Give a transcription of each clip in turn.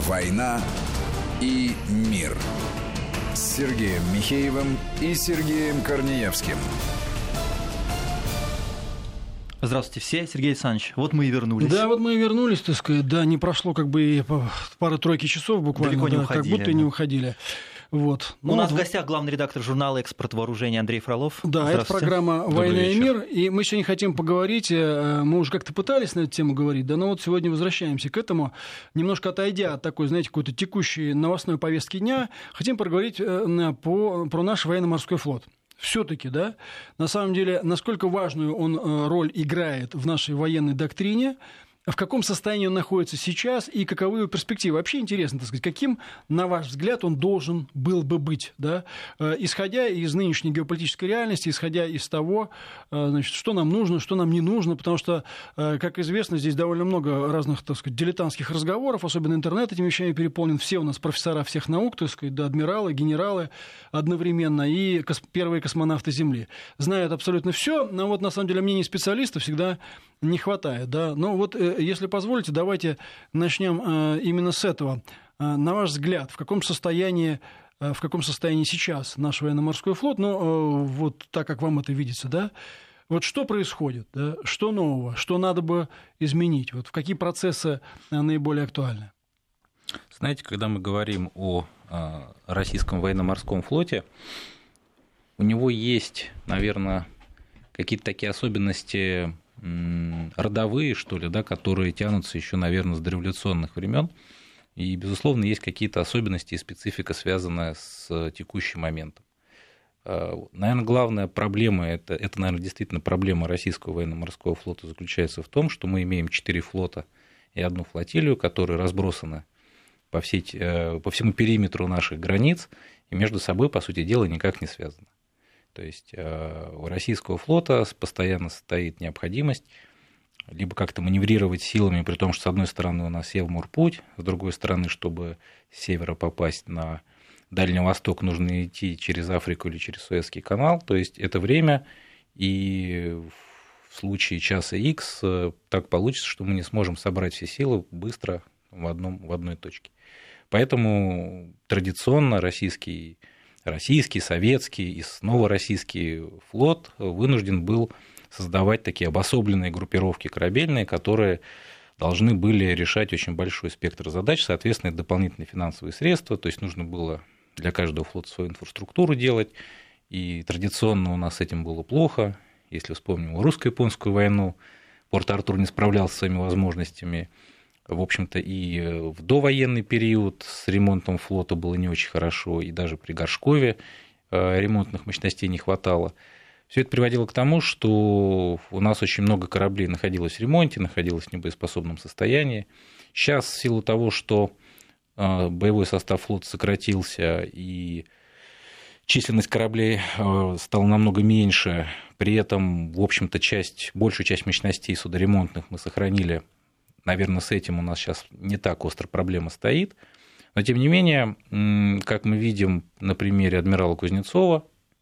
«Война и мир» с Сергеем Михеевым и Сергеем Корнеевским. Здравствуйте все, Сергей Александрович. Вот мы и вернулись. Да, вот мы и вернулись, так сказать. Да, не прошло как бы и пары-тройки часов буквально. Далеко не да, уходили. Как будто и не уходили. Вот. У нас в гостях главный редактор журнала «Экспорт вооружений» Андрей Фролов. Да, это программа «Война и мир». И мы сегодня хотим поговорить, мы уже как-то пытались на эту тему говорить, да, но вот сегодня возвращаемся к этому, немножко отойдя от такой, знаете, какой-то текущей новостной повестки дня, хотим поговорить про наш военно-морской флот. Все-таки, да, на самом деле, насколько важную он роль играет в нашей военной доктрине, в каком состоянии он находится сейчас и каковы его перспективы. Вообще интересно, так сказать, каким, на ваш взгляд, он должен был бы быть, да? Исходя из нынешней геополитической реальности, исходя из того, значит, что нам нужно, что нам не нужно, потому что, как известно, здесь довольно много разных, так сказать, дилетантских разговоров, особенно интернет этими вещами переполнен. Все у нас профессора всех наук, так сказать, да, адмиралы, генералы одновременно и первые космонавты Земли. Знают абсолютно все, но вот на самом деле мнений специалистов всегда не хватает, да. Но вот, если позволите, давайте начнем именно с этого. На ваш взгляд, в каком состоянии сейчас наш военно-морской флот, ну, вот так, как вам это видится, да, вот что происходит, да? Что нового, что надо бы изменить, вот в какие процессы наиболее актуальны? Знаете, когда мы говорим о российском военно-морском флоте, у него есть, наверное, какие-то такие особенности родовые, что ли, да, которые тянутся еще, наверное, с дореволюционных времен. И, безусловно, есть какие-то особенности и специфика, связанная с текущим моментом. Наверное, главная проблема, это, наверное, действительно проблема российского военно-морского флота заключается в том, что мы имеем 4 флота и одну флотилию, которые разбросаны по всему периметру наших границ и между собой, по сути дела, никак не связаны. То есть у российского флота постоянно стоит необходимость либо как-то маневрировать силами, при том, что с одной стороны у нас Севморпуть, с другой стороны, чтобы с севера попасть на Дальний Восток, нужно идти через Африку или через Суэцкий канал. То есть это время, и в случае часа Х так получится, что мы не сможем собрать все силы быстро в одной точке. Поэтому традиционно российский, советский и снова российский флот вынужден был создавать такие обособленные группировки корабельные, которые должны были решать очень большой спектр задач, соответственно, это дополнительные финансовые средства, то есть нужно было для каждого флота свою инфраструктуру делать, и традиционно у нас с этим было плохо. Если вспомним русско-японскую войну, Порт-Артур не справлялся со своими возможностями. В общем-то, и в довоенный период с ремонтом флота было не очень хорошо, и даже при Горшкове ремонтных мощностей не хватало. Все это приводило к тому, что у нас очень много кораблей находилось в ремонте, находилось в небоеспособном состоянии. Сейчас, в силу того, что боевой состав флота сократился и численность кораблей стала намного меньше, при этом, в общем-то, большую часть мощностей судоремонтных мы сохранили. Наверное, с этим у нас сейчас не так остро проблема стоит. Но, тем не менее, как мы видим на примере адмирала Кузнецова,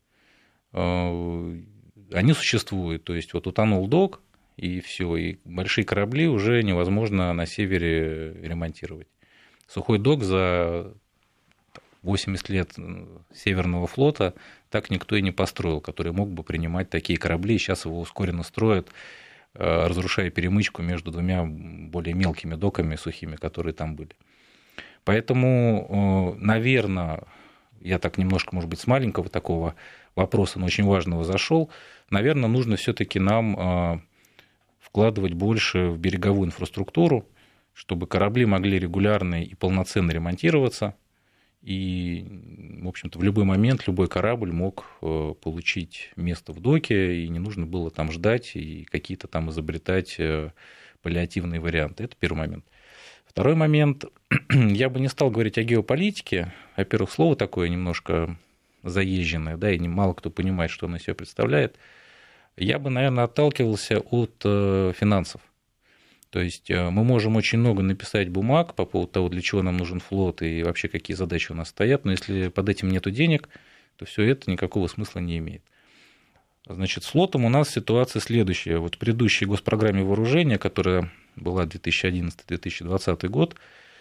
они существуют. То есть вот утонул док, и все, и большие корабли уже невозможно на севере ремонтировать. Сухой док за 80 лет Северного флота так никто и не построил, который мог бы принимать такие корабли. Сейчас его ускоренно строят, разрушая перемычку между двумя более мелкими доками сухими, которые там были. Поэтому, наверное, я так немножко, может быть, с маленького такого вопроса, но очень важного зашел, наверное, нужно все-таки нам вкладывать больше в береговую инфраструктуру, чтобы корабли могли регулярно и полноценно ремонтироваться, и, в общем-то, в любой момент любой корабль мог получить место в доке, и не нужно было там ждать и какие-то там изобретать паллиативные варианты. Это первый момент. Второй момент. Я бы не стал говорить о геополитике. Во-первых, слово такое немножко заезженное, да, и мало кто понимает, что оно из себя представляет. Я бы, наверное, отталкивался от финансов. То есть мы можем очень много написать бумаг по поводу того, для чего нам нужен флот и вообще какие задачи у нас стоят, но если под этим нету денег, то все это никакого смысла не имеет. Значит, с флотом у нас ситуация следующая. Вот в предыдущей госпрограмме вооружения, которая была 2011-2020 год,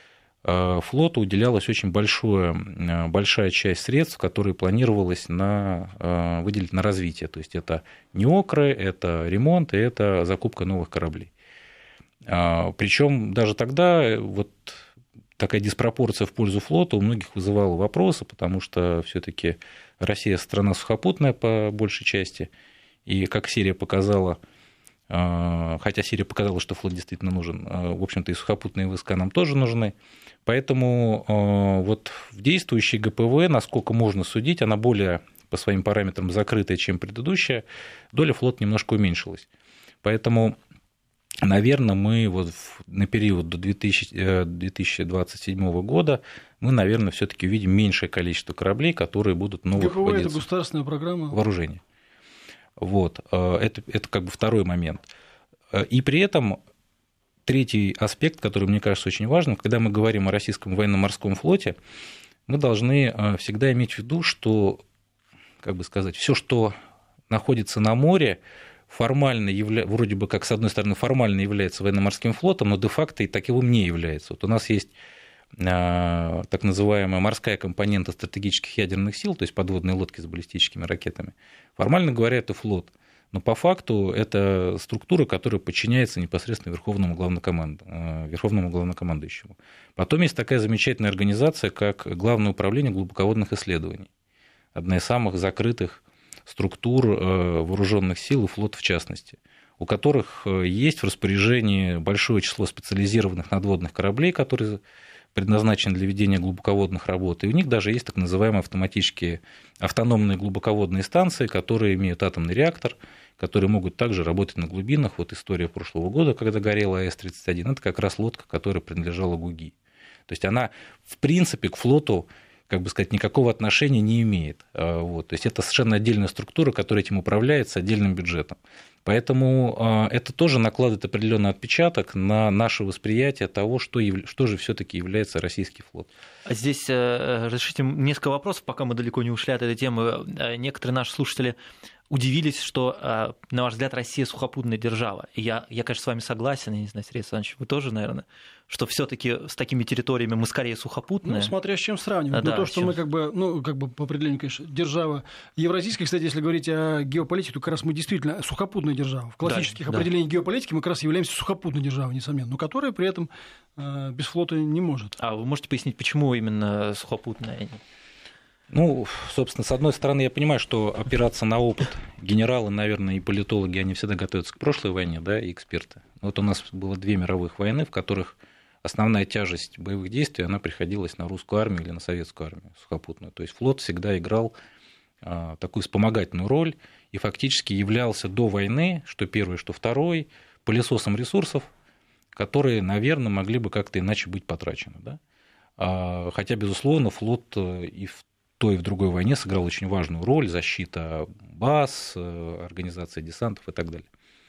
флоту уделялась очень большая часть средств, которые планировалось выделить на развитие. То есть это неокры, это ремонт и это закупка новых кораблей. Причем даже тогда вот такая диспропорция в пользу флота у многих вызывала вопросы, потому что все-таки Россия страна сухопутная по большей части, и как Сирия показала, хотя Сирия показала, что флот действительно нужен, в общем-то и сухопутные войска нам тоже нужны. Поэтому вот в действующей ГПВ, насколько можно судить, она более по своим параметрам закрытая, чем предыдущая, доля флота немножко уменьшилась. Поэтому, наверное, мы вот на период до 2027 года мы, наверное, все-таки увидим меньшее количество кораблей, которые будут новых ГПВ – это государственная программа вооружения. Вот. Это как бы второй момент. И при этом третий аспект, который, мне кажется, очень важным, когда мы говорим о российском военно-морском флоте, мы должны всегда иметь в виду, что, как бы сказать, все, что находится на море, формально вроде бы как, с одной стороны, формально является военно-морским флотом, но де-факто и таковым не является. Вот у нас есть так называемая морская компонента стратегических ядерных сил, то есть подводные лодки с баллистическими ракетами. Формально говоря, это флот. Но по факту это структура, которая подчиняется непосредственно верховному главнокомандующему. Потом есть такая замечательная организация, как Главное управление глубоководных исследований. Одна из самых закрытых структур вооруженных сил и флота в частности, у которых есть в распоряжении большое число специализированных надводных кораблей, которые предназначены для ведения глубоководных работ. И у них даже есть так называемые автономные глубоководные станции, которые имеют атомный реактор, которые могут также работать на глубинах. Вот история прошлого года, когда горела АЭС-31, это как раз лодка, которая принадлежала ГУГИ. То есть она, в принципе, к флоту, как бы сказать, никакого отношения не имеет. Вот. То есть это совершенно отдельная структура, которая этим управляет с отдельным бюджетом. Поэтому это тоже накладывает определенный отпечаток на наше восприятие того, что же все-таки является российский флот. Здесь разрешите несколько вопросов, пока мы далеко не ушли от этой темы. Некоторые наши слушатели удивились, что, на ваш взгляд, Россия сухопутная держава. И я, конечно, с вами согласен, я не знаю, Сергей Александрович, вы тоже, наверное, что все-таки с такими территориями мы скорее сухопутные. Ну, смотря с чем сравнивать. Да, но то, что мы как бы по определению, конечно, держава евразийская, кстати, если говорить о геополитике, то как раз мы действительно сухопутная держава. В классических определениях геополитики мы как раз являемся сухопутной державой, несомненно, но которая при этом без флота не может. А вы можете пояснить, почему именно сухопутная? Ну, собственно, с одной стороны, я понимаю, что опираться на опыт генералы, наверное, и политологи, они всегда готовятся к прошлой войне, да, и эксперты. Вот у нас было 2 мировых войны, в которых основная тяжесть боевых действий, она приходилась на русскую армию или на советскую армию сухопутную. То есть флот всегда играл такую вспомогательную роль и фактически являлся до войны, что первый, что второй, пылесосом ресурсов, которые, наверное, могли бы как-то иначе быть потрачены. Да? Хотя, безусловно, флот и в той, и в другой войне сыграл очень важную роль, защита баз, организация десантов и так далее.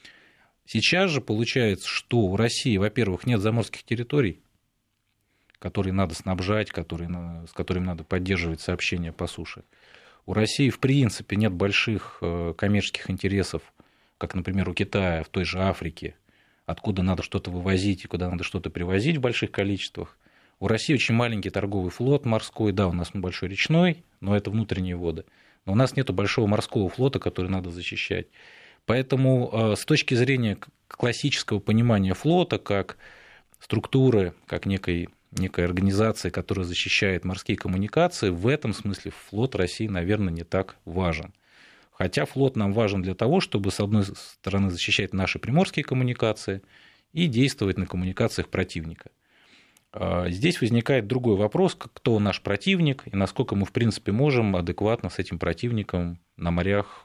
Сейчас же получается, что у России, во-первых, нет заморских территорий, которые надо снабжать, с которыми надо поддерживать сообщения по суше. У России, в принципе, нет больших коммерческих интересов, как, например, у Китая в той же Африке, откуда надо что-то вывозить и куда надо что-то привозить в больших количествах. У России очень маленький торговый флот морской, да, у нас большой речной, но это внутренние воды. Но у нас нет большого морского флота, который надо защищать. Поэтому с точки зрения классического понимания флота как структуры, как некой организации, которая защищает морские коммуникации, в этом смысле флот России, наверное, не так важен. Хотя флот нам важен для того, чтобы, с одной стороны, защищать наши приморские коммуникации и действовать на коммуникациях противника. Здесь возникает другой вопрос, кто наш противник и насколько мы, в принципе, можем адекватно с этим противником на морях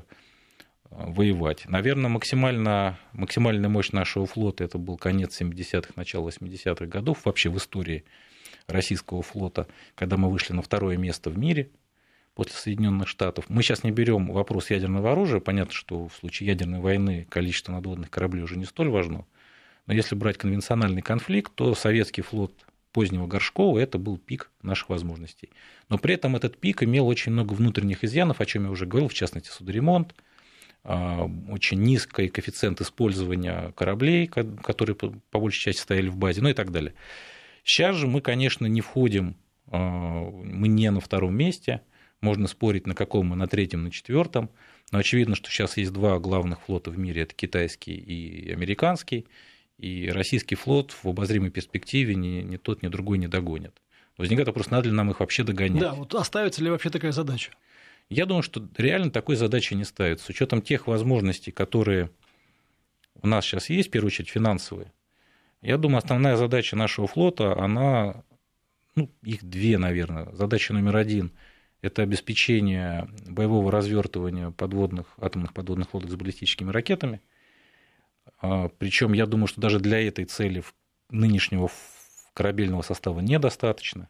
воевать. Наверное, максимальная мощь нашего флота – это был конец 70-х, начало 80-х годов вообще в истории российского флота, когда мы вышли на 2-е место в мире после Соединенных Штатов. Мы сейчас не берем вопрос ядерного оружия. Понятно, что в случае ядерной войны количество надводных кораблей уже не столь важно. Но если брать конвенциональный конфликт, то советский флот позднего Горшкова – это был пик наших возможностей. Но при этом этот пик имел очень много внутренних изъянов, о чем я уже говорил, в частности, судоремонт, очень низкий коэффициент использования кораблей, которые по большей части стояли в базе, ну и так далее. Сейчас же мы, конечно, не входим, мы не на втором месте, можно спорить, на каком мы, на третьем, на четвертом, но очевидно, что сейчас есть два главных флота в мире, это китайский и американский, и российский флот в обозримой перспективе ни тот, ни другой не догонит. Возникает вопрос, надо ли нам их вообще догонять. Да, вот оставится ли вообще такая задача? Я думаю, что реально такой задачи не ставится. С учетом тех возможностей, которые у нас сейчас есть, в первую очередь финансовые, я думаю, основная задача нашего флота, она, их две, наверное. Задача номер один – это обеспечение боевого развертывания атомных подводных лодок с баллистическими ракетами. Причем я думаю, что даже для этой цели нынешнего корабельного состава недостаточно.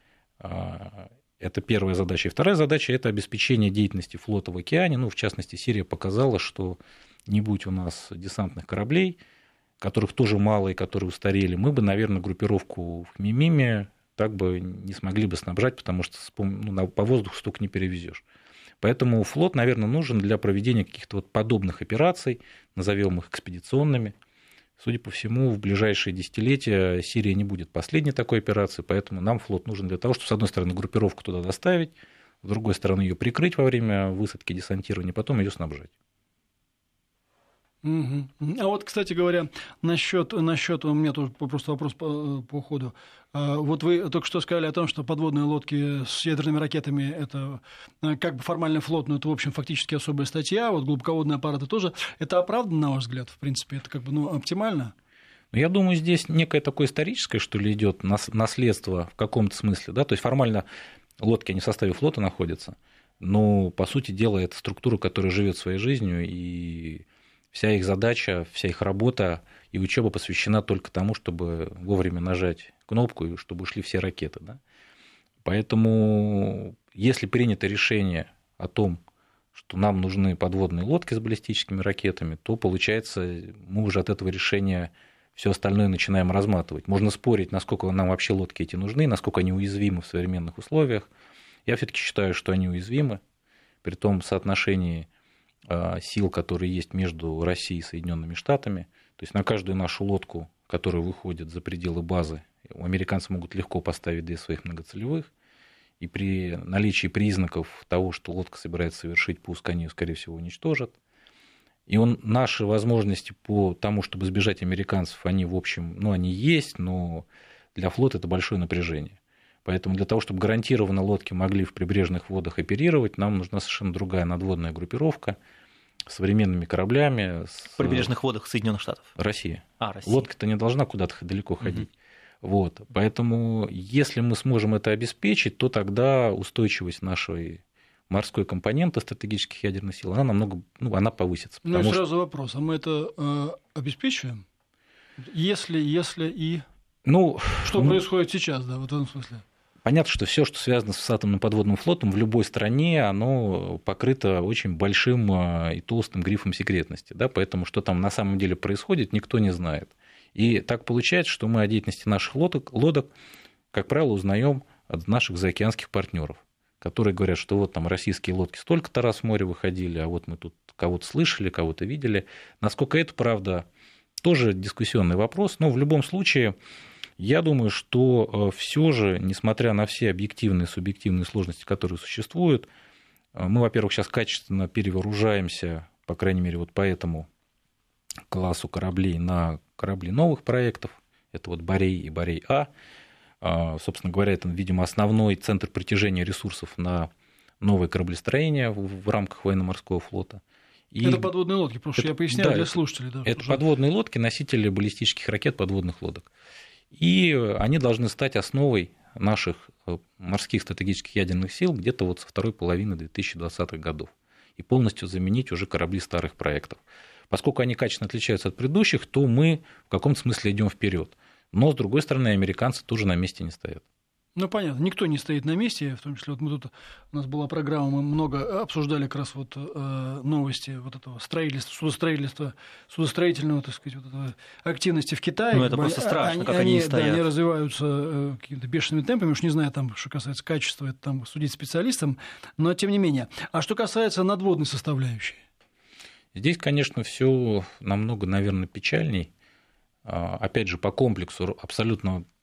Это первая задача. И вторая задача – это обеспечение деятельности флота в океане. В частности, Сирия показала, что не будь у нас десантных кораблей, которых тоже мало и которые устарели, мы бы, наверное, группировку в Хмимиме так бы не смогли бы снабжать, потому что по воздуху столько не перевезешь. Поэтому флот, наверное, нужен для проведения каких-то подобных операций, назовем их экспедиционными. Судя по всему, в ближайшие десятилетия Сирия не будет последней такой операции, поэтому нам флот нужен для того, чтобы, с одной стороны, группировку туда доставить, с другой стороны, ее прикрыть во время высадки, десантирования, потом ее снабжать. Угу. А вот, кстати говоря, насчет у меня тоже просто вопрос по ходу. Вот вы только что сказали о том, что подводные лодки с ядерными ракетами – это как бы формальный флот, но это, в общем, фактически особая статья. Вот глубоководные аппараты тоже. Это оправдано, на ваш взгляд, в принципе? Это как бы оптимально? Я думаю, здесь некое такое историческое, что ли, идет наследство в каком-то смысле. Да? То есть формально лодки, они в составе флота находятся, но, по сути дела, это структура, которая живет своей жизнью, и вся их задача, вся их работа и учеба посвящена только тому, чтобы вовремя нажать кнопку и чтобы ушли все ракеты. Да? Поэтому, если принято решение о том, что нам нужны подводные лодки с баллистическими ракетами, то, получается, мы уже от этого решения все остальное начинаем разматывать. Можно спорить, насколько нам вообще лодки эти нужны, насколько они уязвимы в современных условиях. Я все-таки считаю, что они уязвимы, при том соотношении сил, которые есть между Россией и Соединенными Штатами. То есть на каждую нашу лодку, которая выходит за пределы базы, американцы могут легко поставить 2 своих многоцелевых. И при наличии признаков того, что лодка собирается совершить пуск, они ее, скорее всего, уничтожат. И наши возможности по тому, чтобы сбежать американцев, они, в общем, они есть, но для флота это большое напряжение. Поэтому для того, чтобы гарантированно лодки могли в прибрежных водах оперировать, нам нужна совершенно другая надводная группировка с современными кораблями. В прибрежных водах Соединенных Штатов? Россия. Россия. Лодка-то не должна куда-то далеко ходить. Вот. Поэтому, если мы сможем это обеспечить, то тогда устойчивость нашей морской компоненты стратегических ядерных сил, она намного она повысится. Ну и сразу вопрос, а мы это обеспечиваем? Если и... что происходит сейчас, да, вот в этом смысле? Понятно, что все, что связано с атомным подводным флотом, в любой стране, оно покрыто очень большим и толстым грифом секретности. Да? Поэтому, что там на самом деле происходит, никто не знает. И так получается, что мы о деятельности наших лодок, как правило, узнаем от наших заокеанских партнеров, которые говорят, что вот там российские лодки столько-то раз в море выходили, а вот мы тут кого-то слышали, кого-то видели. Насколько это правда, тоже дискуссионный вопрос, но в любом случае я думаю, что все же, несмотря на все объективные и субъективные сложности, которые существуют, мы, во-первых, сейчас качественно перевооружаемся, по крайней мере, вот по этому классу кораблей на корабли новых проектов. Это вот Борей и Борей-А. Собственно говоря, это, видимо, основной центр притяжения ресурсов на новое кораблестроение в рамках военно-морского флота. И это подводные лодки, потому что я поясняю для слушателей. Да, это подводные лодки, носители баллистических ракет подводных лодок. И они должны стать основой наших морских стратегических ядерных сил где-то вот со второй половины 2020-х годов и полностью заменить уже корабли старых проектов. Поскольку они качественно отличаются от предыдущих, то мы в каком-то смысле идем вперед. Но, с другой стороны, американцы тоже на месте не стоят. Ну, понятно, никто не стоит на месте, в том числе, вот мы тут, у нас была программа, мы много обсуждали как раз вот новости вот этого судостроительного, так сказать, вот этого активности в Китае. Ну, это просто страшно, как они стоят. Да, они развиваются какими-то бешеными темпами, уж не знаю, там, что касается качества, это там судить специалистам, но тем не менее. А что касается надводной составляющей? Здесь, конечно, все намного, наверное, печальней. Опять же, по комплексу абсолютно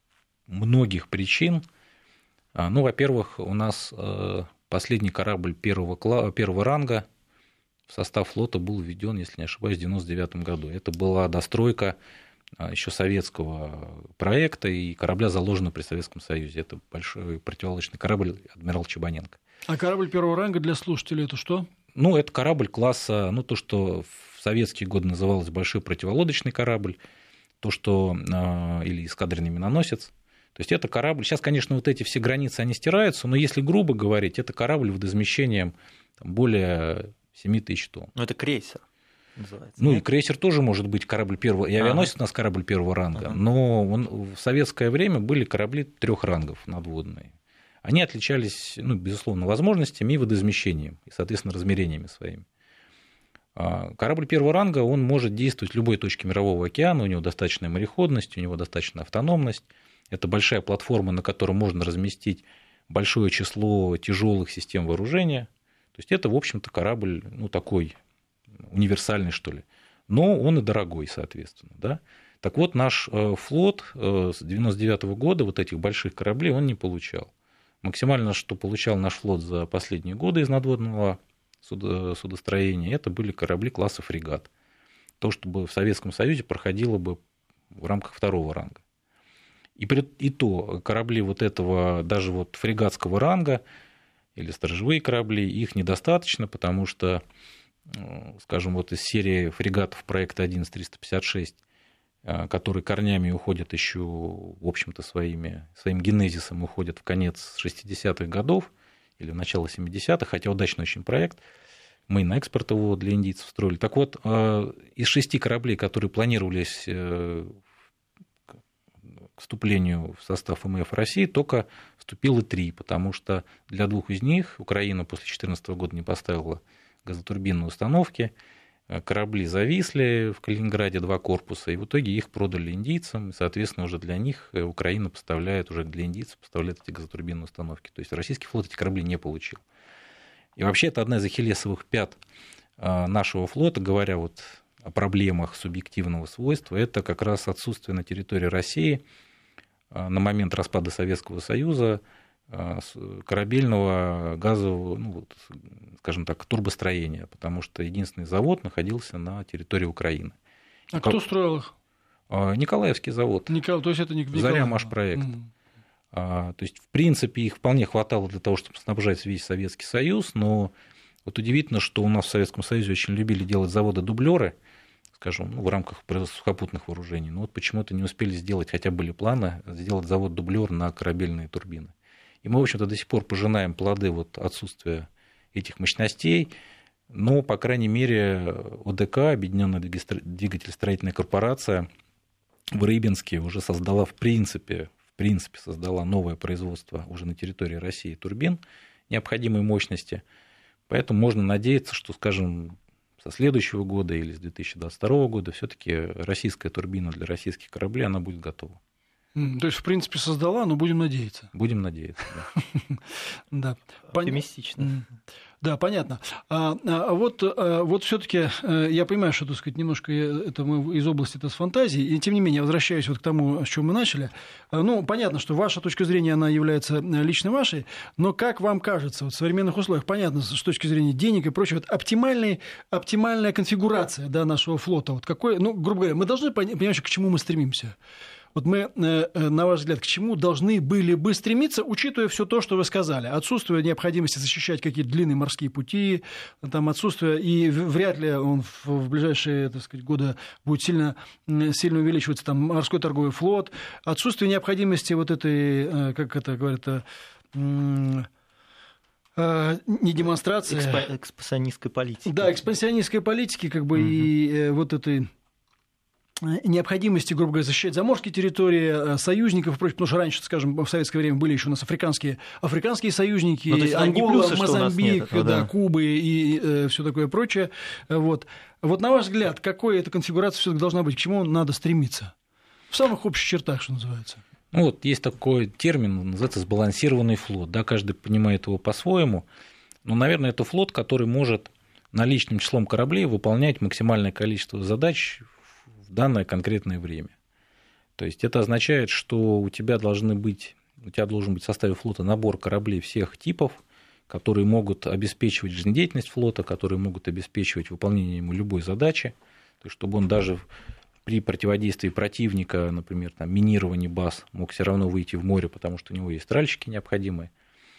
многих причин. Ну, во-первых, у нас последний корабль первого ранга в состав флота был введен, если не ошибаюсь, в 1999 году. Это была достройка еще советского проекта, и корабля заложено при Советском Союзе. Это большой противолодочный корабль «Адмирал Чебаненко». А корабль первого ранга для слушателей это что? Ну, это корабль класса, ну, то, что в советские годы называлось большой противолодочный корабль, то, что или эскадренный миноносец. То есть это корабль, сейчас, конечно, вот эти все границы, они стираются, но если грубо говорить, это корабль водоизмещением более 7 тысяч тонн. Ну, это крейсер называется. Ну, и крейсер тоже может быть корабль первого, и авианосец у нас корабль первого ранга, но в советское время были корабли 3 рангов надводные. Они отличались, ну, безусловно, возможностями и водоизмещением, и, соответственно, размерениями своими. Корабль первого ранга, он может действовать в любой точке Мирового океана, у него достаточная мореходность, у него достаточная автономность. Это большая платформа, на которой можно разместить большое число тяжелых систем вооружения. То есть это, в общем-то, корабль, ну, такой универсальный, что ли. Но он и дорогой, соответственно. Да? Так вот, наш флот с 1999 года вот этих больших кораблей он не получал. Максимально, что получал наш флот за последние годы из надводного судостроения, это были корабли класса фрегат. То, что бы в Советском Союзе проходило бы в рамках 2 ранга. И то корабли вот этого, даже вот фрегатского ранга или сторожевые корабли, их недостаточно, потому что, скажем, вот из серии фрегатов проекта 11356, которые корнями уходят еще, в общем-то, своим генезисом уходят в конец 60-х годов или в начало 70-х, хотя удачный очень проект, мы на экспорт его для индийцев строили. Так вот, из 6 кораблей, которые планировались к вступлению в состав МФ России, только вступило 3, потому что для 2 из них Украина после 2014 года не поставила газотурбинные установки, корабли зависли в Калининграде, 2 корпуса, и в итоге их продали индийцам, и, соответственно, уже для них Украина поставляет, уже для индийцев поставляет эти газотурбинные установки. То есть российский флот эти корабли не получил. И вообще это одна из ахиллесовых пят нашего флота, говоря вот о проблемах субъективного свойства, это как раз отсутствие на территории России на момент распада Советского Союза корабельного газового, ну, вот, скажем так, турбостроения, потому что единственный завод находился на территории Украины. А кто строил их? Николаевский завод. То есть это не Заря-Машпроект. То есть, в принципе, их вполне хватало для того, чтобы снабжать весь Советский Союз, но вот удивительно, что у нас в Советском Союзе очень любили делать заводы-дублеры, скажем, в рамках сухопутных вооружений. Но вот почему-то не успели сделать, хотя были планы, сделать завод-дублер на корабельные турбины. И мы, в общем-то, до сих пор пожинаем плоды вот отсутствия этих мощностей, но, по крайней мере, ОДК, Объединенная двигателестроительная корпорация, в Рыбинске уже создала, в принципе, создала новое производство уже на территории России турбин необходимой мощности. Поэтому можно надеяться, что, скажем, со следующего года или с 2022 года все-таки российская турбина для российских кораблей, она будет готова. То есть, в принципе, создала, но будем надеяться. Будем надеяться, да. Оптимистично. Да, понятно. Вот все-таки я понимаю, что, так сказать, немножко это мы из области-то с фантазией, и тем не менее, возвращаюсь вот к тому, с чего мы начали. Ну, понятно, что ваша точка зрения, она является лично вашей, но как вам кажется, вот в современных условиях, понятно, с точки зрения денег и прочего, вот оптимальная конфигурация, да, нашего флота, вот какой, ну, грубо говоря, мы должны понимать, к чему мы стремимся. Вот мы, на ваш взгляд, к чему должны были бы стремиться, учитывая все то, что вы сказали? Отсутствие необходимости защищать какие-то длинные морские пути, там отсутствие, и вряд ли он в ближайшие, так сказать, годы будет сильно увеличиваться, там, морской торговый флот, отсутствие необходимости вот этой, как это говорят, не демонстрации. Экспансионистской политики. Да, экспансионистской политики, как бы, и вот этой необходимости, грубо говоря, защищать заморские территории, союзников и прочее, потому что раньше, скажем, в советское время были еще у нас африканские союзники, Ангола, Мозамбик, Куба и все такое прочее. Вот на ваш взгляд, какой эта конфигурация все-таки должна быть, к чему надо стремиться? В самых общих чертах, что называется. Ну, вот есть такой термин, называется сбалансированный флот. Да, каждый понимает его по-своему. Но, наверное, это флот, который может наличным числом кораблей выполнять максимальное количество задач в данное конкретное время. То есть это означает, что у тебя должен быть в составе флота набор кораблей всех типов, которые могут обеспечивать жизнедеятельность флота, которые могут обеспечивать выполнение ему любой задачи, то есть чтобы он даже при противодействии противника, например, там, минировании баз, мог все равно выйти в море, потому что у него есть тральщики необходимые.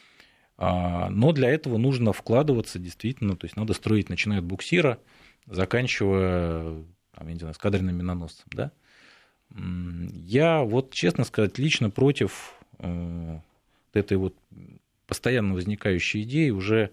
Но для этого нужно вкладываться действительно, то есть надо строить, начиная от буксира, заканчивая, там, я не знаю, эскадренным миноносцем. Да? Я, вот, честно сказать, лично против этой вот постоянно возникающей идеи. Уже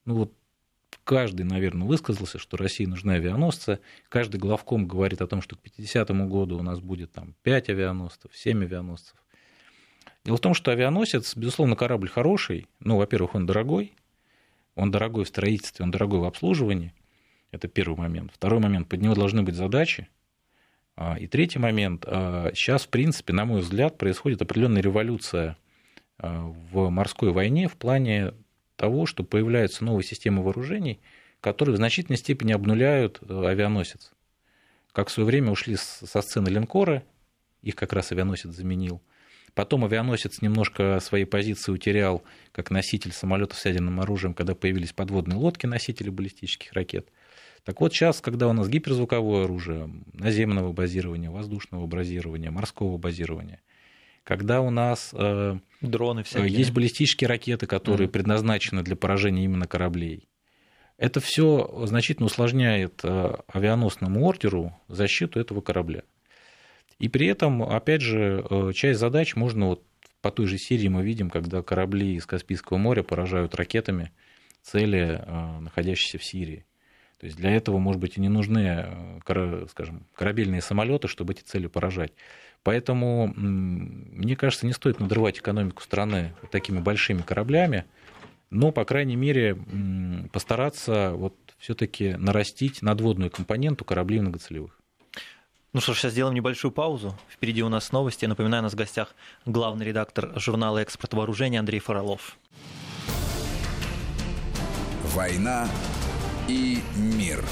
каждый, наверное, высказался, что России нужны авианосцы. Каждый главком говорит о том, что к 50-му году у нас будет там, 5 авианосцев, 7 авианосцев. Дело в том, что авианосец, безусловно, корабль хороший. Во-первых, он дорогой в строительстве, он дорогой в обслуживании. Это первый момент. Второй момент, под него должны быть задачи. И третий момент, сейчас, в принципе, на мой взгляд, происходит определенная революция в морской войне в плане того, что появляются новые системы вооружений, которые в значительной степени обнуляют авианосец. Как в свое время ушли со сцены линкоры, их как раз авианосец заменил. Потом авианосец немножко свои позиции утерял как носитель самолетов с ядерным оружием, когда появились подводные лодки, носители баллистических ракет. Так вот, сейчас, когда у нас гиперзвуковое оружие наземного базирования, воздушного базирования, морского базирования, когда у нас дроны всякие, есть баллистические ракеты, которые предназначены для поражения именно кораблей, это все значительно усложняет авианосному ордеру защиту этого корабля. И при этом, опять же, часть задач можно по той же Сирии мы видим, когда корабли из Каспийского моря поражают ракетами цели, находящиеся в Сирии. То есть для этого, может быть, и не нужны, скажем, корабельные самолеты, чтобы эти цели поражать. Поэтому, мне кажется, не стоит надрывать экономику страны такими большими кораблями, но, по крайней мере, постараться все-таки нарастить надводную компоненту кораблей многоцелевых. Ну что ж, сейчас сделаем небольшую паузу. Впереди у нас новости. Напоминаю, у нас в гостях главный редактор журнала «Экспорт вооружений» Андрей Фролов. «Война и мир».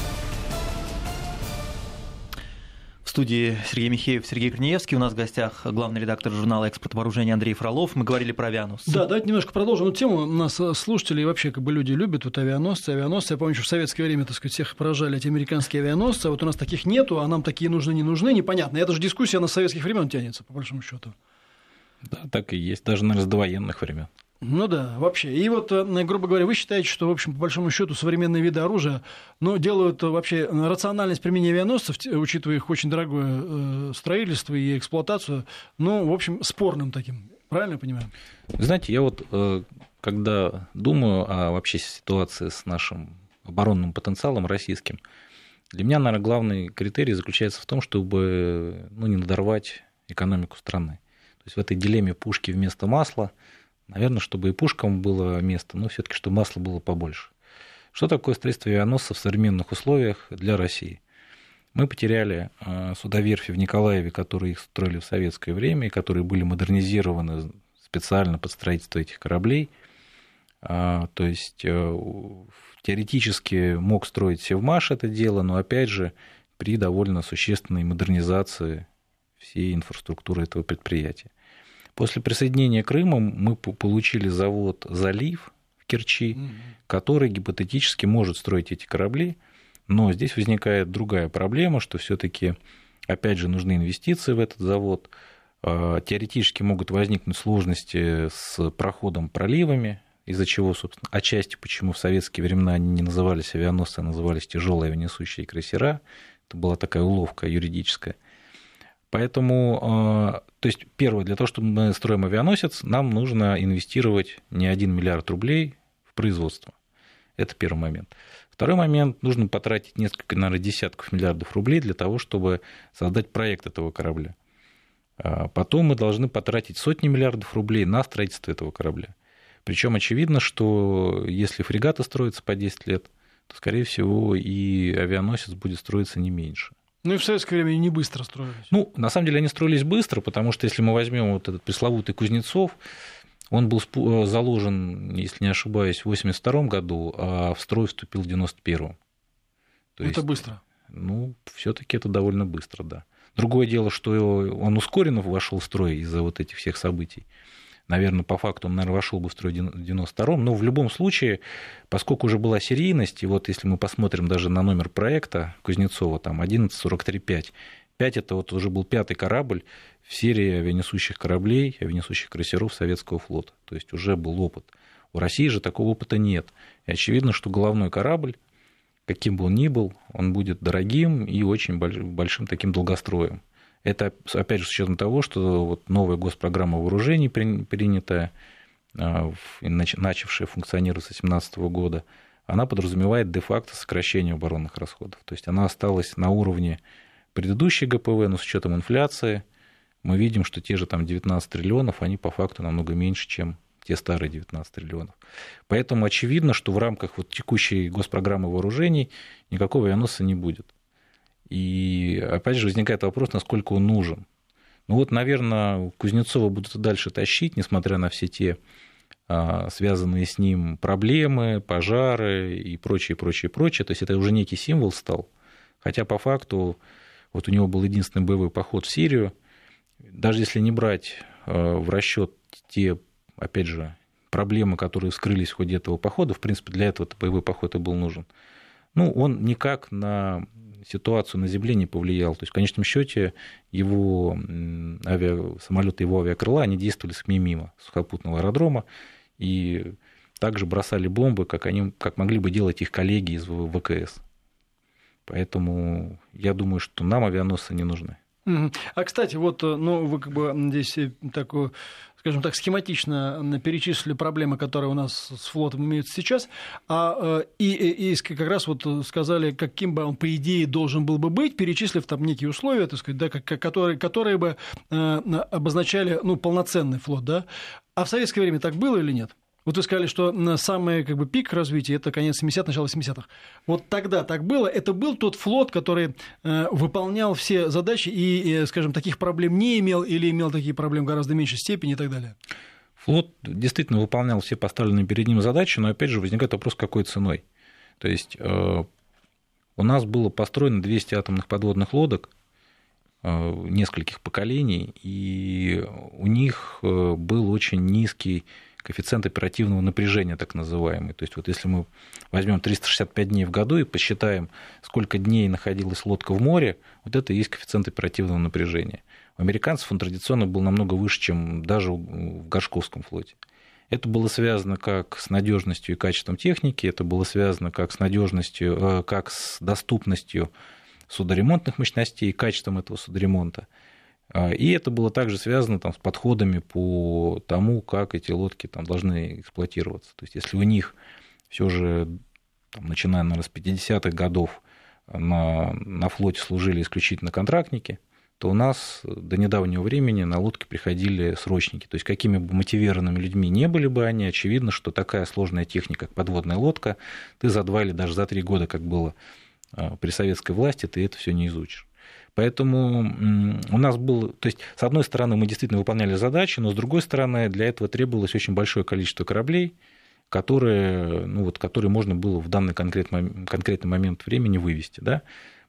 В студии Сергей Михеев, Сергей Корнеевский. У нас в гостях главный редактор журнала «Экспорт вооружений» Андрей Фролов. Мы говорили про авианосцы. Да, давайте немножко продолжим эту тему. У нас слушатели и вообще люди любят авианосцы. Я помню, что в советское время, всех поражали эти американские авианосцы. А у нас таких нету, а нам такие нужны, не нужны, непонятно. Это же дискуссия, она с советских времен тянется, по большому счету. Да, так и есть, даже, наверное, с довоенных времен. Ну да, вообще. И грубо говоря, вы считаете, что, в общем, по большому счету, современные виды оружия, делают вообще рациональность применения авианосцев, учитывая их очень дорогое строительство и эксплуатацию, в общем, спорным таким. Правильно я понимаю? Знаете, я когда думаю о вообще ситуации с нашим оборонным потенциалом российским, для меня, наверное, главный критерий заключается в том, чтобы не надорвать экономику страны. То есть в этой дилемме пушки вместо масла, наверное, чтобы и пушкам было место, но все-таки, чтобы масла было побольше. Что такое строительство авианосцев в современных условиях для России? Мы потеряли судоверфи в Николаеве, которые их строили в советское время, и которые были модернизированы специально под строительство этих кораблей. То есть теоретически мог строить Севмаш это дело, но опять же при довольно существенной модернизации всей инфраструктуры этого предприятия. После присоединения Крыма мы получили завод «Залив» в Керчи, который гипотетически может строить эти корабли, но здесь возникает другая проблема, что все-таки, опять же, нужны инвестиции в этот завод. Теоретически могут возникнуть сложности с проходом проливами, из-за чего, собственно, отчасти почему в советские времена они не назывались авианосцы, а назывались тяжелые авианесущие крейсера. Это была такая уловка юридическая. Поэтому, то есть, первое, для того, чтобы мы строим авианосец, нам нужно инвестировать не 1 миллиард рублей в производство. Это первый момент. Второй момент, нужно потратить несколько, наверное, десятков миллиардов рублей для того, чтобы создать проект этого корабля. Потом мы должны потратить сотни миллиардов рублей на строительство этого корабля. Причем очевидно, что если фрегаты строятся по 10 лет, то, скорее всего, и авианосец будет строиться не меньше. И в советское время не быстро строились. На самом деле они строились быстро, потому что если мы возьмем этот пресловутый Кузнецов, он был заложен, если не ошибаюсь, в 1982 году, а в строй вступил в 1991. Это быстро. Все-таки это довольно быстро, да. Другое дело, что он ускоренно вошел в строй из-за вот этих всех событий. Наверное, по факту он, вошел бы в строй в 92-м. Но в любом случае, поскольку уже была серийность, и вот если мы посмотрим даже на номер проекта Кузнецова, там 1143-5, 5 это вот уже был 5-й корабль в серии авианесущих кораблей, авианесущих крейсеров Советского флота. То есть уже был опыт. У России же такого опыта нет. И очевидно, что головной корабль, каким бы он ни был, он будет дорогим и очень большим таким долгостроем. Это, опять же, с учетом того, что вот новая госпрограмма вооружений, принятая, начавшая функционировать с 2017 года, она подразумевает де-факто сокращение оборонных расходов. То есть она осталась на уровне предыдущей ГПВ, но с учетом инфляции мы видим, что те же там 19 триллионов, они по факту намного меньше, чем те старые 19 триллионов. Поэтому очевидно, что в рамках вот текущей госпрограммы вооружений никакого авианосца не будет. И опять же возникает вопрос, насколько он нужен. Ну вот, наверное, Кузнецова будут и дальше тащить, несмотря на все те связанные с ним проблемы, пожары и прочее, прочее, прочее. То есть это уже некий символ стал. Хотя по факту вот у него был единственный боевой поход в Сирию. Даже если не брать в расчет те, опять же, проблемы, которые вскрылись в ходе этого похода, в принципе, для этого боевой поход и был нужен. Ну, он никак на ситуацию на земле не повлиял. То есть, в конечном счете, его самолеты, его авиакрыла, они действовали с мимо сухопутного аэродрома и также бросали бомбы, как могли бы делать их коллеги из ВКС. Поэтому я думаю, что нам авианосцы не нужны. А, кстати, вот, ну, вы как бы здесь такую, скажем так, схематично перечислили проблемы, которые у нас с флотом имеются сейчас, и как раз вот сказали, каким бы он, по идее, должен был бы быть, перечислив там некие условия, так сказать, да, которые бы обозначали, ну, полноценный флот, да. А в советское время так было или нет? Вот вы сказали, что самый как бы, пик развития – это конец 70-х, начало 80-х. Вот тогда так было. Это был тот флот, который выполнял все задачи и, скажем, таких проблем не имел или имел такие проблемы в гораздо меньшей степени и так далее? Флот действительно выполнял все поставленные перед ним задачи, но, опять же, возникает вопрос, какой ценой. То есть у нас было построено 200 атомных подводных лодок нескольких поколений, и у них был очень низкий коэффициент оперативного напряжения, так называемый. То есть вот если мы возьмем 365 дней в году и посчитаем, сколько дней находилась лодка в море, вот это и есть коэффициент оперативного напряжения. У американцев он традиционно был намного выше, чем даже в Горшковском флоте. Это было связано как с надежностью и качеством техники, это было связано как с надежностью, как с доступностью судоремонтных мощностей и качеством этого судоремонта. И это было также связано там, с подходами по тому, как эти лодки там, должны эксплуатироваться. То есть, если у них все же, там, начиная, наверное, с 50-х годов на флоте служили исключительно контрактники, то у нас до недавнего времени на лодке приходили срочники. То есть, какими бы мотивированными людьми не были бы они, очевидно, что такая сложная техника, как подводная лодка, ты за 2 или даже за 3 года, как было при советской власти, ты это все не изучишь. Поэтому у нас было, то есть, с одной стороны, мы действительно выполняли задачи, но с другой стороны, для этого требовалось очень большое количество кораблей, которые можно было в данный конкретный момент времени вывести. Да?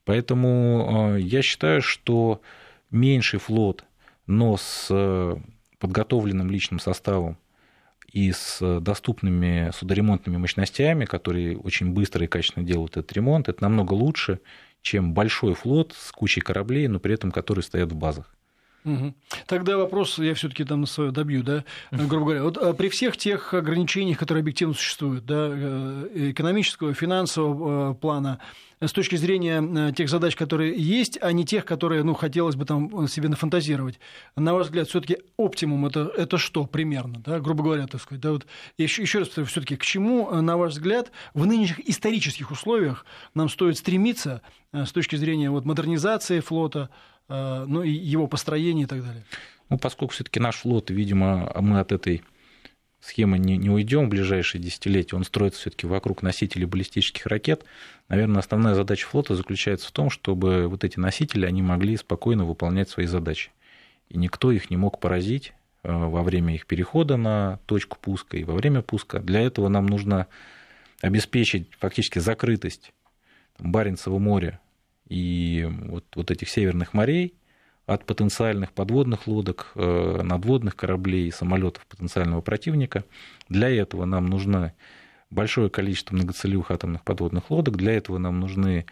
Поэтому я считаю, что меньший флот, но с подготовленным личным составом и с доступными судоремонтными мощностями, которые очень быстро и качественно делают этот ремонт, это намного лучше, чем большой флот с кучей кораблей, но при этом которые стоят в базах. Угу. Тогда вопрос я все-таки там на свое добью, да, грубо говоря. Вот при всех тех ограничениях, которые объективно существуют, да, экономического, финансового плана, с точки зрения тех задач, которые есть, а не тех, которые, ну, хотелось бы там себе нафантазировать. На ваш взгляд, все-таки оптимум это что примерно, да, грубо говоря, так сказать, да, вот еще раз повторю, все-таки к чему, на ваш взгляд, в нынешних исторических условиях нам стоит стремиться с точки зрения вот модернизации флота, ну и его построения и так далее? Ну, поскольку все-таки наш флот, видимо, мы от этой схемы не уйдем в ближайшие десятилетия, он строится все-таки вокруг носителей баллистических ракет. Наверное, основная задача флота заключается в том, чтобы вот эти носители, они могли спокойно выполнять свои задачи. И никто их не мог поразить во время их перехода на точку пуска и во время пуска. Для этого нам нужно обеспечить фактически закрытость Баренцева моря и вот этих северных морей, от потенциальных подводных лодок, надводных кораблей и самолетов потенциального противника. Для этого нам нужно большое количество многоцелевых атомных подводных лодок, для этого нам нужны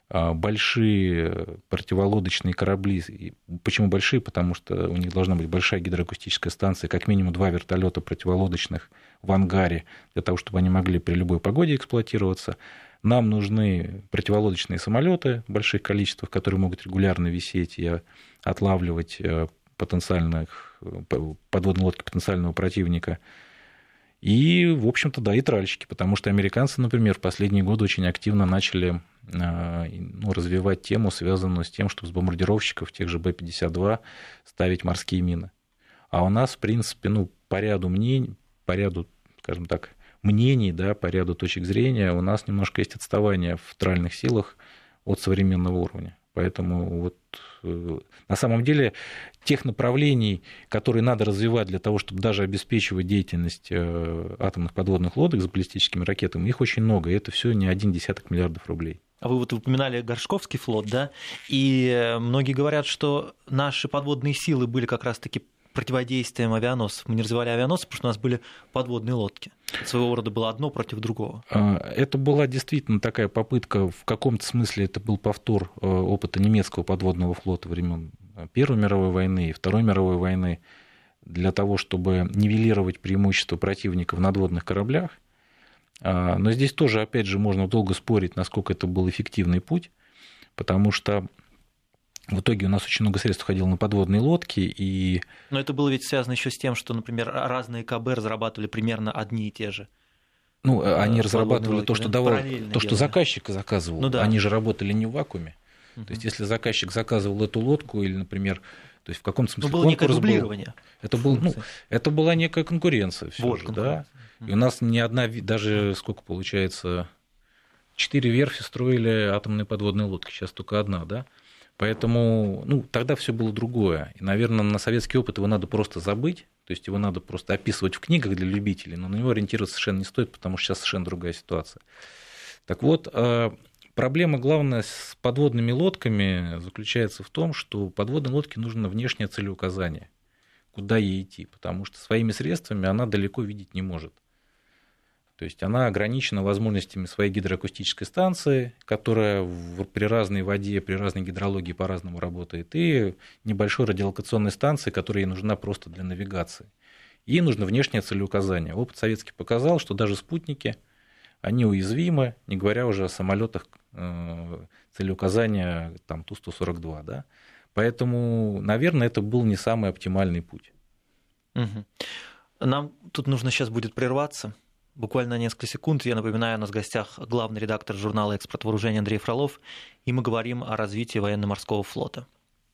большие противолодочные корабли. Почему большие? Потому что у них должна быть большая гидроакустическая станция, как минимум 2 вертолета противолодочных в ангаре, для того, чтобы они могли при любой погоде эксплуатироваться. Нам нужны противолодочные самолеты в больших количествах, которые могут регулярно висеть и отлавливать потенциальных подводные лодки потенциального противника. И, в общем-то, да, и тральщики, потому что американцы, например, в последние годы очень активно начали развивать тему, связанную с тем, чтобы с бомбардировщиков, тех же Б-52, ставить морские мины. А у нас, в принципе, по ряду мнений, скажем так, мнений, да, по ряду точек зрения, у нас немножко есть отставание в тральных силах от современного уровня. Поэтому вот на самом деле тех направлений, которые надо развивать для того, чтобы даже обеспечивать деятельность атомных подводных лодок с баллистическими ракетами, их очень много, и это все не 1,1 миллиарда рублей. А вы вот упоминали Горшковский флот, да? И многие говорят, что наши подводные силы были как раз-таки противодействием авианосцев. Мы не развивали авианосцы, потому что у нас были подводные лодки. Своего рода было одно против другого. Это была действительно такая попытка, в каком-то смысле это был повтор опыта немецкого подводного флота времен Первой мировой войны и Второй мировой войны для того, чтобы нивелировать преимущество противника в надводных кораблях. Но здесь тоже, опять же, можно долго спорить, насколько это был эффективный путь, потому что в итоге у нас очень много средств уходило на подводные лодки. Но это было ведь связано еще с тем, что, например, разные КБ разрабатывали примерно одни и те же. Они разрабатывали то, что давал, то, что заказчик заказывал. Да. Они же работали не в вакууме. То есть, если заказчик заказывал эту лодку, или, например, то есть в каком-то смысле было некое дублирование. Это была некая конкуренция. Всё же, да? И у нас ни одна, даже сколько получается, 4 верфи строили атомные подводные лодки, сейчас только одна, да? Поэтому тогда все было другое. И, наверное, на советский опыт его надо просто забыть, то есть его надо просто описывать в книгах для любителей, но на него ориентироваться совершенно не стоит, потому что сейчас совершенно другая ситуация. Так вот, проблема главная с подводными лодками заключается в том, что подводной лодке нужно внешнее целеуказание, куда ей идти, потому что своими средствами она далеко видеть не может. То есть она ограничена возможностями своей гидроакустической станции, которая при разной воде, при разной гидрологии по-разному работает, и небольшой радиолокационной станции, которая ей нужна просто для навигации. Ей нужно внешнее целеуказание. Опыт советский показал, что даже спутники, они уязвимы, не говоря уже о самолетах целеуказания Ту-142. Да? Поэтому, наверное, это был не самый оптимальный путь. Угу. Нам тут нужно сейчас будет прерваться. Буквально несколько секунд. Я напоминаю, у нас в гостях главный редактор журнала «Экспорт вооружения» Андрей Фролов, и мы говорим о развитии военно-морского флота.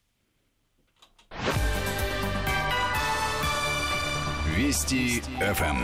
Вести ФМ.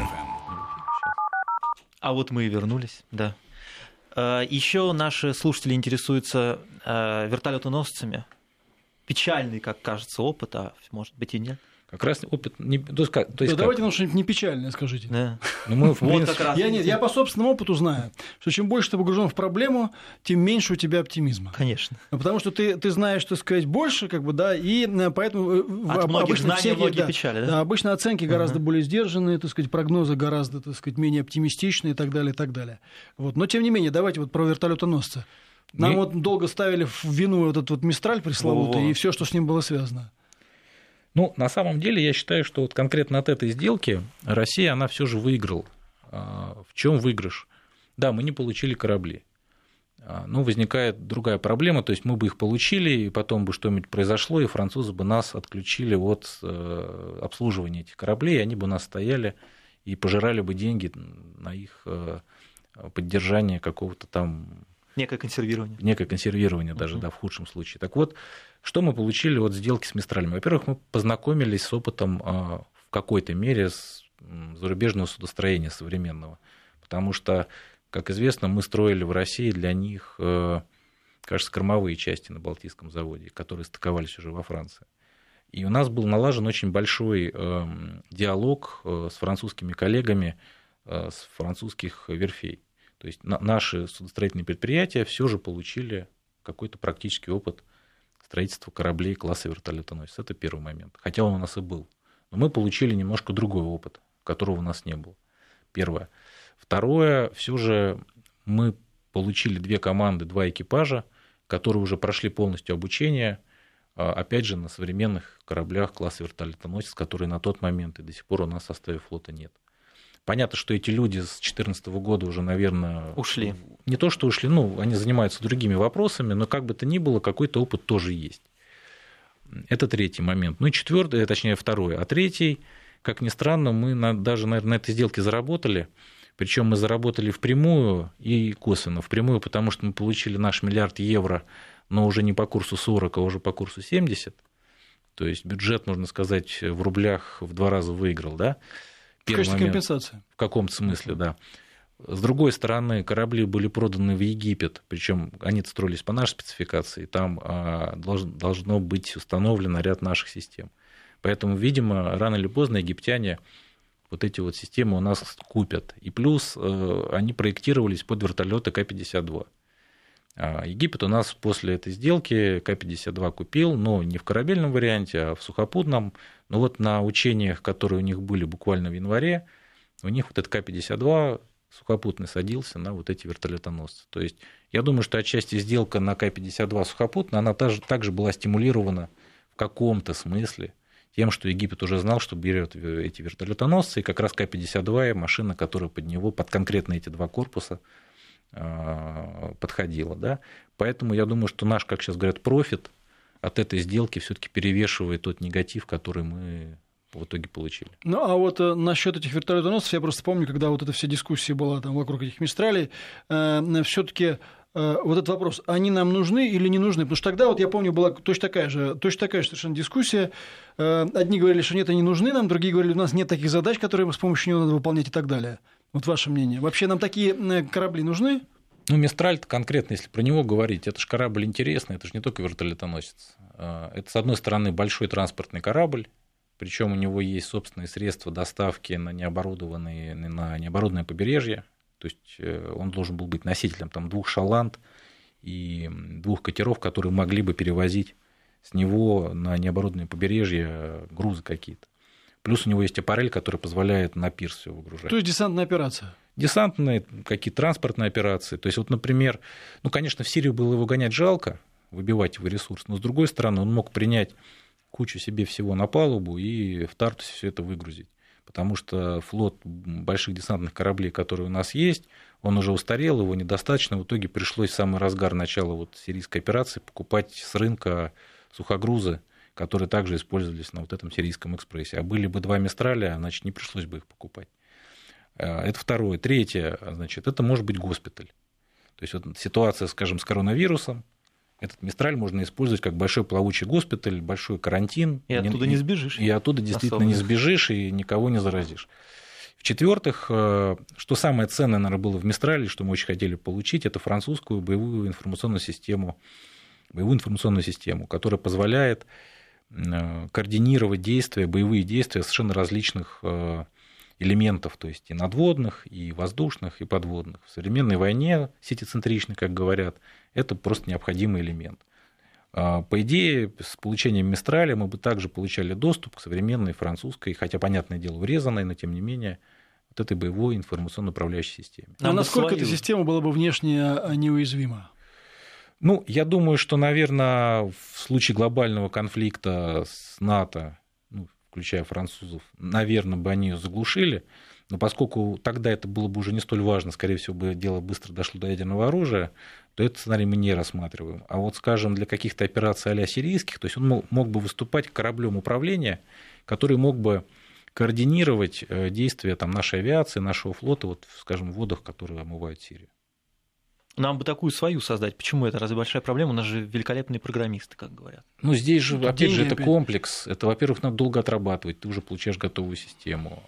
А вот мы и вернулись, да. Еще наши слушатели интересуются вертолетоносцами. Печальный, как кажется, опыт, а может быть и нет. Как раз опыт... Давайте нам что-нибудь не печальное скажите. Да. Я по собственному опыту знаю, что чем больше ты погружен в проблему, тем меньше у тебя оптимизма. Конечно. Потому что ты знаешь, так сказать, больше, и поэтому... От многих знаний многие печали, да? Да, обычно оценки гораздо более сдержанные, так сказать, прогнозы гораздо, так сказать, менее оптимистичные и так далее, и так далее. Но, тем не менее, давайте про вертолетоносца. Нам долго ставили в вину этот Мистраль пресловутый и все, что с ним было связано. На самом деле, я считаю, что конкретно от этой сделки Россия, она все же выиграла. В чем выигрыш? Да, мы не получили корабли. Но возникает другая проблема, то есть мы бы их получили, и потом бы что-нибудь произошло, и французы бы нас отключили от обслуживания этих кораблей, и они бы у нас стояли и пожирали бы деньги на их поддержание какого-то там... Некое консервирование даже, да, в худшем случае. Так вот, что мы получили от сделки с Мистралями? Во-первых, мы познакомились с опытом в какой-то мере зарубежного судостроения современного. Потому что, как известно, мы строили в России для них, кажется, кормовые части на Балтийском заводе, которые стыковались уже во Франции. И у нас был налажен очень большой диалог с французскими коллегами с французских верфей. То есть наши судостроительные предприятия все же получили какой-то практический опыт строительства кораблей класса вертолетоносец. Это первый момент. Хотя он у нас и был. Но мы получили немножко другой опыт, которого у нас не было. Первое. Второе, все же мы получили 2 команды, 2 экипажа, которые уже прошли полностью обучение, опять же, на современных кораблях класса вертолетоносец, которые на тот момент и до сих пор у нас в составе флота нет. Понятно, что эти люди с 2014 года уже, наверное... Ушли. Не то, что ушли, они занимаются другими вопросами, но как бы то ни было, какой-то опыт тоже есть. Это третий момент. Ну и четвертый, точнее второй. А третий, как ни странно, мы даже, наверное, на этой сделке заработали. Причем мы заработали впрямую и косвенно. Впрямую, потому что мы получили наш миллиард евро, но уже не по курсу 40, а уже по курсу 70. То есть бюджет, можно сказать, в рублях в 2 раза выиграл, да? В качестве компенсации. В каком-то смысле, да. С другой стороны, корабли были проданы в Египет, причем они строились по нашей спецификации, там должно быть установлен ряд наших систем. Поэтому, видимо, рано или поздно египтяне вот эти вот системы у нас купят. И плюс они проектировались под вертолеты К-52. Египет у нас после этой сделки К-52 купил, но не в корабельном варианте, а в сухопутном. Но вот на учениях, которые у них были буквально в январе, у них вот этот К-52 сухопутный садился на вот эти вертолетоносцы. То есть я думаю, что отчасти сделка на К-52 сухопутная, она также была стимулирована в каком-то смысле тем, что Египет уже знал, что берет эти вертолетоносцы, и как раз К-52 машина, которая под него, под конкретно эти 2 корпуса подходила. Да? Поэтому я думаю, что наш, как сейчас говорят, профит от этой сделки все-таки перевешивает тот негатив, который мы в итоге получили. Ну, а вот насчет этих вертолетоносцев, я просто помню, когда вот эта вся дискуссия была там вокруг этих Мистралей, все-таки вот этот вопрос, они нам нужны или не нужны? Потому что тогда, вот я помню, была точно такая же совершенно дискуссия. Одни говорили, что нет, они нужны нам, другие говорили, у нас нет таких задач, которые с помощью него надо выполнять и так далее. Вот ваше мнение. Вообще нам такие корабли нужны? Ну, Мистраль-то конкретно, если про него говорить, это же корабль интересный, это же не только вертолетоносец. Это, с одной стороны, большой транспортный корабль, причем у него есть собственные средства доставки на необорудованное побережье. То есть он должен был быть носителем 2 шаланд и 2 катеров, которые могли бы перевозить с него на необорудованное побережье грузы какие-то. Плюс у него есть аппарель, который позволяет на пирс все выгружать. То есть десантная операция? Десантные, какие-то транспортные операции. То есть, вот, например, конечно, в Сирию было его гонять жалко, выбивать его ресурс, но с другой стороны, он мог принять кучу себе всего на палубу и в Тартусе все это выгрузить. Потому что флот больших десантных кораблей, которые у нас есть, он уже устарел, его недостаточно. В итоге пришлось в самый разгар начала сирийской операции покупать с рынка сухогрузы, которые также использовались на вот этом сирийском экспрессе. А были бы 2 Мистраля, значит, не пришлось бы их покупать. Это второе. Третье, значит, это может быть госпиталь. То есть, вот ситуация, скажем, с коронавирусом, этот Мистраль можно использовать как большой плавучий госпиталь, большой карантин. И оттуда не сбежишь. И оттуда действительно не сбежишь и никого не заразишь. В-четвертых, что самое ценное, наверное, было в Мистрале, что мы очень хотели получить, это французскую боевую информационную систему, которая позволяет координировать боевые действия совершенно различных элементов, то есть и надводных, и воздушных, и подводных. В современной войне, сетицентричной, как говорят, это просто необходимый элемент. По идее, с получением Мистраля мы бы также получали доступ к современной французской, хотя, понятное дело, урезанной, но тем не менее, вот этой боевой информационно-управляющей системе. А насколько эта система была бы внешне неуязвима? Ну, я думаю, что, наверное, в случае глобального конфликта с НАТО, включая французов, наверное, бы они ее заглушили, но поскольку тогда это было бы уже не столь важно, скорее всего, бы дело быстро дошло до ядерного оружия, то этот сценарий мы не рассматриваем. А вот, скажем, для каких-то операций а-ля сирийских, то есть он мог бы выступать кораблем управления, который мог бы координировать действия нашей авиации, нашего флота, скажем, в водах, которые омывают Сирию. Нам бы такую свою создать. Почему это? Разве большая проблема? У нас же великолепные программисты, как говорят. Ну, здесь же, опять же, это комплекс. Это, во-первых, надо долго отрабатывать. Ты уже получаешь готовую систему.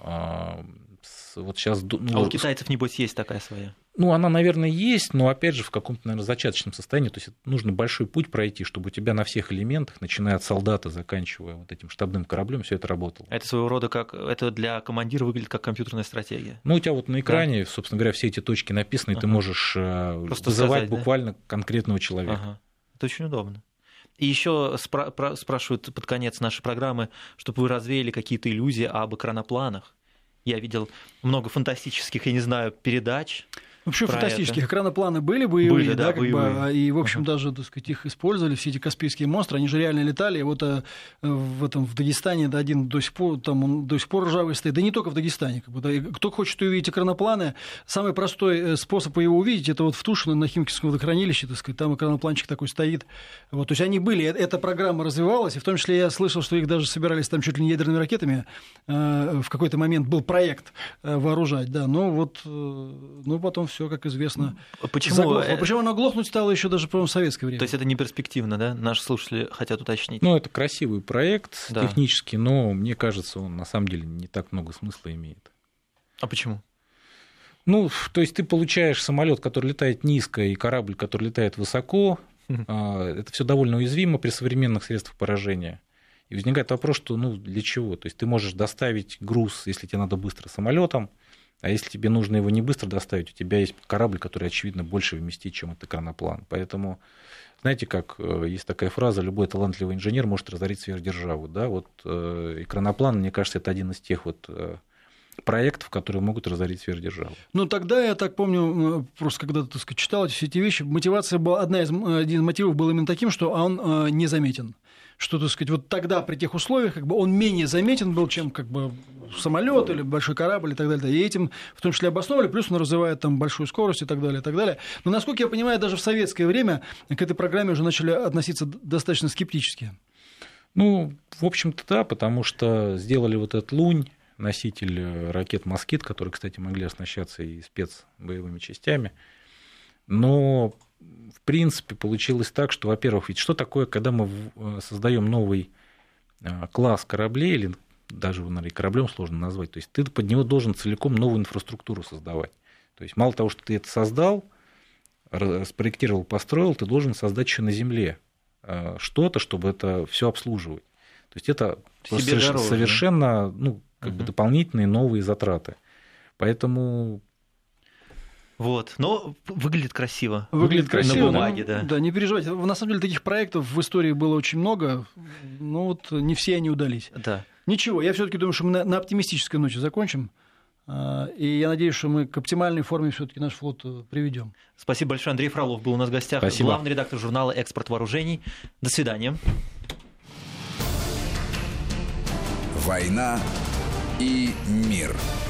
Вот сейчас, а у китайцев, небось, есть такая своя? Ну, она, наверное, есть, но, опять же, в каком-то, наверное, зачаточном состоянии. То есть нужно большой путь пройти, чтобы у тебя на всех элементах, начиная от солдата, заканчивая вот этим штабным кораблем, все это работало. Это своего рода это для командира выглядит как компьютерная стратегия. Ну, у тебя вот на экране, да, собственно говоря, все эти точки написаны, и ты можешь просто вызывать буквально конкретного человека. Это очень удобно. И еще спрашивают под конец нашей программы, чтобы вы развеяли какие-то иллюзии об экранопланах. Я видел много фантастических, я не знаю, передач. Вообще фантастические экранопланы были боевые, да, как боевые. бы, и, в общем, даже, так сказать, их использовали, все эти каспийские монстры, они же реально летали. Вот в Дагестане один до сих пор ржавый стоит, да не только в Дагестане. Как бы, да, кто хочет увидеть экранопланы, самый простой способ его увидеть, это вот в Тушино на Химкинском водохранилище, так сказать, там экранопланчик такой стоит. Вот, то есть они были, эта программа развивалась, и в том числе я слышал, что их даже собирались там чуть ли не ядерными ракетами, в какой-то момент был проект вооружать, да, но вот, ну, потом все, как известно, заглохло. Причем оно глохнуть стало еще даже, по-моему, в советское время. То есть это не перспективно, да? Наши слушатели хотят уточнить. Ну, это красивый проект технически, но мне кажется, он на самом деле не так много смысла имеет. А почему? Ну, то есть ты получаешь самолет, который летает низко, и корабль, который летает высоко. Это все довольно уязвимо при современных средствах поражения. И возникает вопрос, что для чего? То есть ты можешь доставить груз, если тебе надо быстро, самолетом. А если тебе нужно его не быстро доставить, у тебя есть корабль, который, очевидно, больше вместит, чем этот экраноплан. Поэтому, знаете, как есть такая фраза, любой талантливый инженер может разорить сверхдержаву. Да? Вот экраноплан, мне кажется, это один из тех вот проектов, которые могут разорить сверхдержаву. Ну, тогда, я так помню, просто когда, так сказать, читал все эти вещи, мотивация была, один из мотивов был именно таким, что он незаметен. Что, так сказать, вот тогда при тех условиях как бы он менее заметен был, чем как бы самолет или большой корабль и так далее. И этим в том числе обосновали, плюс он развивает там большую скорость и так далее, и так далее. Но, насколько я понимаю, даже в советское время к этой программе уже начали относиться достаточно скептически. Ну, в общем-то, да, потому что сделали вот этот Лунь, носитель ракет «Москит», которые, кстати, могли оснащаться и спецбоевыми частями. Но, в принципе, получилось так, что, во-первых, ведь что такое, когда мы создаем новый класс кораблей, или даже его, наверное, кораблем сложно назвать, то есть ты под него должен целиком новую инфраструктуру создавать. То есть мало того, что ты это создал, спроектировал, построил, ты должен создать еще на земле что-то, чтобы это все обслуживать. То есть это совершенно как бы дополнительные новые затраты. Поэтому... Вот, но выглядит красиво. Выглядит красиво. На бумаге, да. Да, не переживайте. На самом деле таких проектов в истории было очень много, но вот не все они удались. Да. Ничего, я все-таки думаю, что мы на оптимистической ноте закончим. И я надеюсь, что мы к оптимальной форме все-таки наш флот приведем. Спасибо большое. Андрей Фролов был у нас в гостях. Спасибо. Главный редактор журнала «Экспорт вооружений». До свидания. «Война и мир».